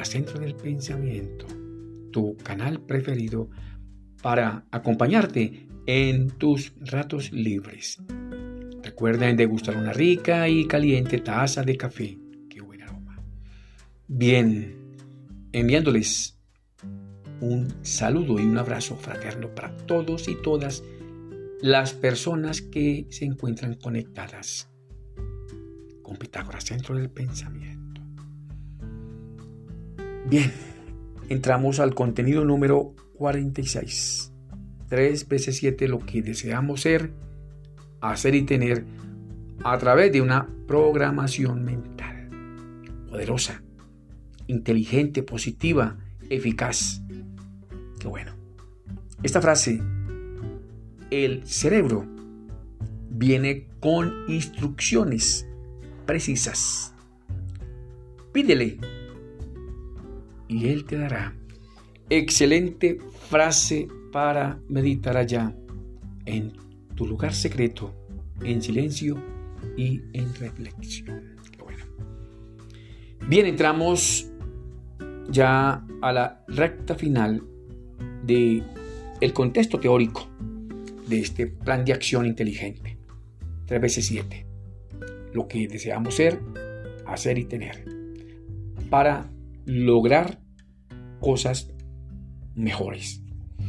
Centro del Pensamiento, tu canal preferido para acompañarte en tus ratos libres. Recuerda degustar una rica y caliente taza de café. ¡Qué buen aroma! Bien, enviándoles un saludo y un abrazo fraterno para todos y todas las personas que se encuentran conectadas con Pitágoras, Centro del Pensamiento. Bien, entramos al contenido número 46. 3 veces 7, lo que deseamos ser, hacer y tener a través de una programación mental poderosa, inteligente, positiva, eficaz. Qué bueno. Esta frase, el cerebro viene con instrucciones precisas. Pídele y él te dará. Excelente frase para meditar allá en tu lugar secreto, en silencio y en reflexión. Qué bueno. Bien, entramos ya a la recta final de el contexto teórico de este plan de acción inteligente. 3 veces 7. Lo que deseamos ser, hacer y tener para lograr cosas mejores.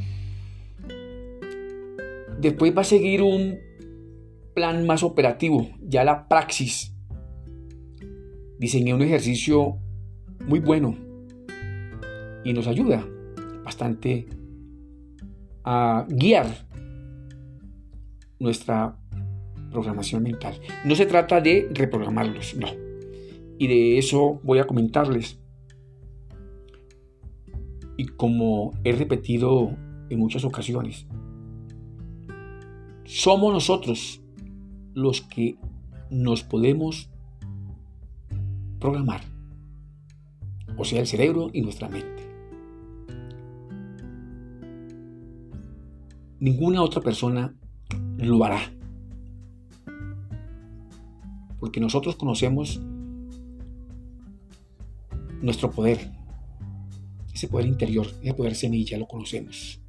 Después va a seguir un plan más operativo, ya la praxis. Diseñé un ejercicio muy bueno y nos ayuda bastante a guiar nuestra programación mental. No se trata de reprogramarlos, no. Y de eso voy a comentarles. Y como he repetido en muchas ocasiones, somos nosotros los que nos podemos programar, o sea, el cerebro y nuestra mente. Ninguna otra persona lo hará, porque nosotros conocemos nuestro poder, ese poder interior, ese poder semilla, lo conocemos.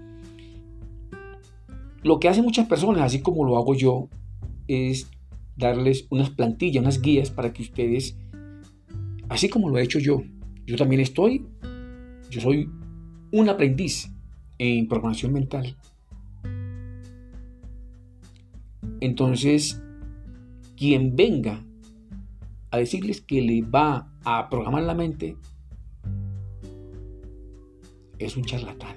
Lo que hacen muchas personas, así como lo hago yo, es darles unas plantillas, unas guías para que ustedes, así como lo he hecho yo también yo soy un aprendiz en programación mental. Entonces, quien venga a decirles que le va a programar la mente es un charlatán.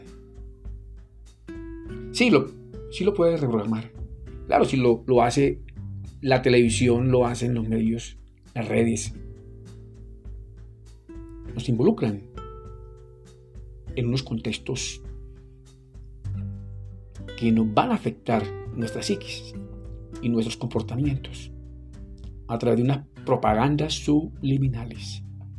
Sí lo puede reprogramar. Claro, si lo hace la televisión, lo hacen los medios, las redes. Nos involucran en unos contextos que nos van a afectar nuestra psiquis y nuestros comportamientos a través de unas propagandas subliminales.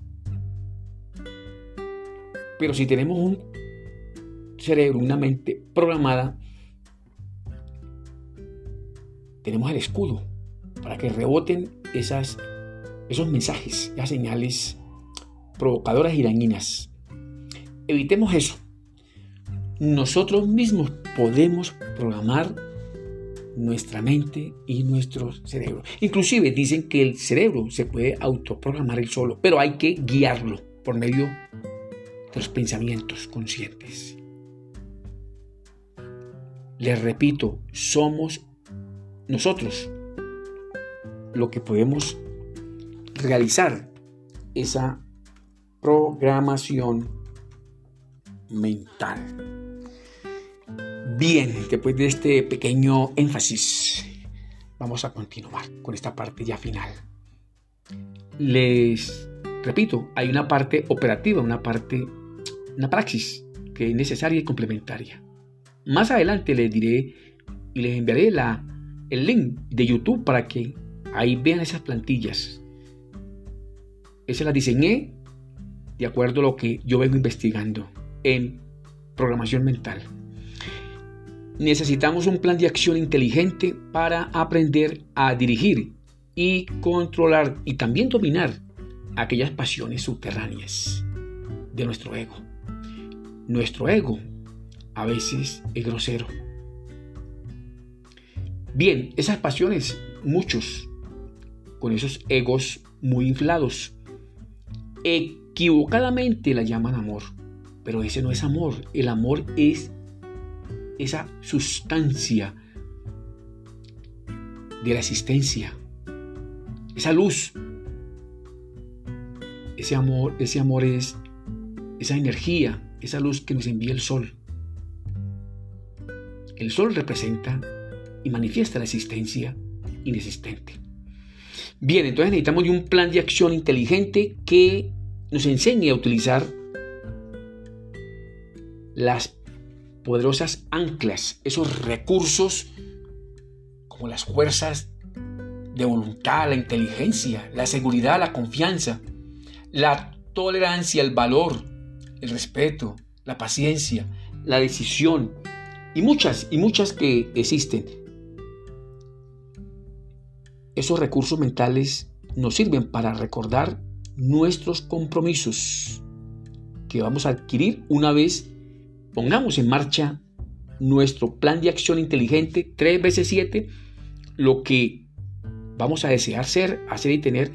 Pero si tenemos un cerebro, una mente programada, tenemos el escudo para que reboten esos mensajes, esas señales provocadoras y dañinas. Evitemos eso. Nosotros mismos podemos programar nuestra mente y nuestro cerebro. Inclusive dicen que el cerebro se puede autoprogramar él solo, pero hay que guiarlo por medio de los pensamientos conscientes. Les repito, somos nosotros lo que podemos realizar esa programación mental. Bien, después de este pequeño énfasis, vamos a continuar con esta parte ya final. Les repito, hay una parte operativa, una praxis que es necesaria y complementaria. Más adelante les diré y les enviaré el link de YouTube para que ahí vean esas plantillas. Esas las diseñé de acuerdo a lo que yo vengo investigando en programación mental. Necesitamos un plan de acción inteligente para aprender a dirigir y controlar y también dominar aquellas pasiones subterráneas de nuestro ego. Nuestro ego a veces es grosero. Bien, esas pasiones, muchos con esos egos muy inflados, equivocadamente la llaman amor, pero ese no es amor. El amor es esa sustancia de la existencia, esa luz. Ese amor es esa energía, esa luz que nos envía el sol. El sol representa y manifiesta la existencia inexistente. Bien, entonces necesitamos de un plan de acción inteligente que nos enseñe a utilizar las poderosas anclas, esos recursos como las fuerzas de voluntad, la inteligencia, la seguridad, la confianza, la tolerancia, el valor, el respeto, la paciencia, la decisión y muchas que existen. Esos recursos mentales nos sirven para recordar nuestros compromisos que vamos a adquirir una vez pongamos en marcha nuestro plan de acción inteligente 3x7, lo que vamos a desear ser, hacer y tener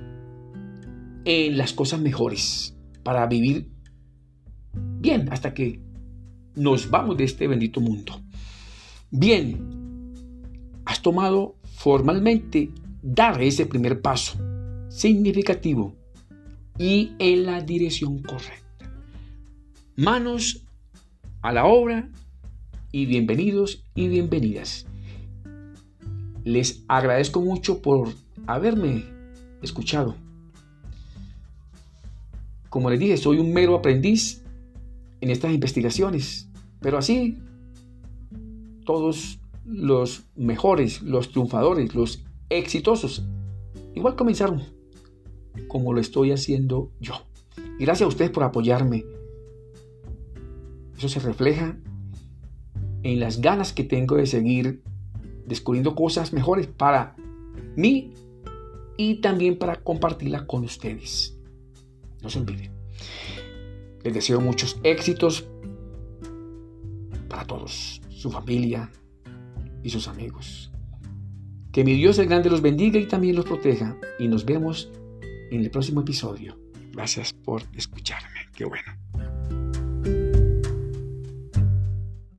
en las cosas mejores para vivir bien hasta que nos vamos de este bendito mundo. Bien, has tomado formalmente dar ese primer paso significativo y en la dirección correcta. Manos a la obra y bienvenidos y bienvenidas. Les agradezco mucho por haberme escuchado. Como les dije, soy un mero aprendiz en estas investigaciones, pero así todos los mejores, los triunfadores, los exitosos, igual comenzaron como lo estoy haciendo yo. Y gracias a ustedes por apoyarme. Eso se refleja en las ganas que tengo de seguir descubriendo cosas mejores para mí y también para compartirlas con ustedes. No se olviden. Les deseo muchos éxitos para todos, su familia y sus amigos. Que mi Dios el Grande los bendiga y también los proteja. Y nos vemos en el próximo episodio. Gracias por escucharme. Qué bueno.